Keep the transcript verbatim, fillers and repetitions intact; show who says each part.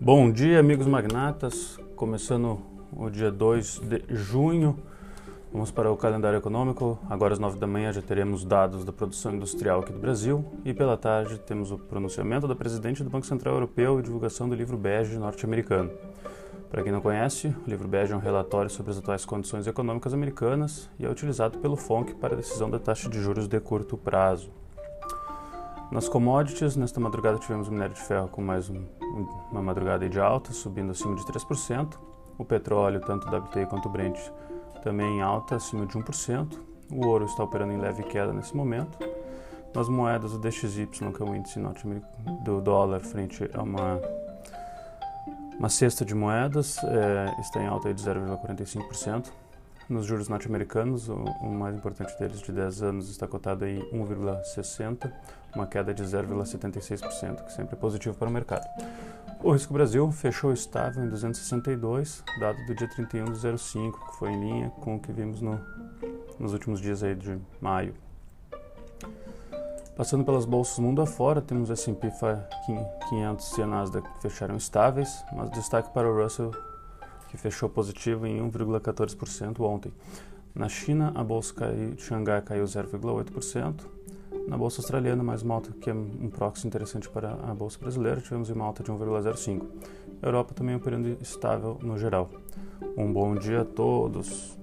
Speaker 1: Bom dia, amigos magnatas, começando o dia dois de junho, vamos para o calendário econômico. Agora às nove da manhã já teremos dados da produção industrial aqui do Brasil e pela tarde temos o pronunciamento da presidente do Banco Central Europeu e divulgação do livro bege norte-americano. Para quem não conhece, o livro bege é um relatório sobre as atuais condições econômicas americanas e é utilizado pelo F O N C para a decisão da taxa de juros de curto prazo. Nas commodities, nesta madrugada tivemos o minério de ferro com mais um, uma madrugada de alta, subindo acima de três por cento. O petróleo, tanto o W T I quanto o Brent, também em alta, acima de um por cento. O ouro está operando em leve queda nesse momento. Nas moedas, o D X Y, que é o índice do dólar frente a uma, uma cesta de moedas, é, está em alta de zero vírgula quarenta e cinco por cento. Nos juros norte-americanos, o, o mais importante deles, de dez anos, está cotado em um vírgula sessenta por cento, uma queda de zero vírgula setenta e seis por cento, que sempre é positivo para o mercado. O risco Brasil fechou estável em duzentos e sessenta e dois, dado do dia trinta e um de zero cinco, que foi em linha com o que vimos no, nos últimos dias aí de maio. Passando pelas bolsas mundo afora, temos S e P quinhentos e a Nasdaq que fecharam estáveis, mas destaque para o Russell, que fechou positivo em um vírgula quatorze por cento ontem. Na China, a bolsa caiu, de Xangai caiu zero vírgula oito por cento. Na bolsa australiana, mais uma alta, que é um proxy interessante para a bolsa brasileira, tivemos uma alta de um vírgula zero cinco por cento. A Europa também operando estável no geral. Um bom dia a todos!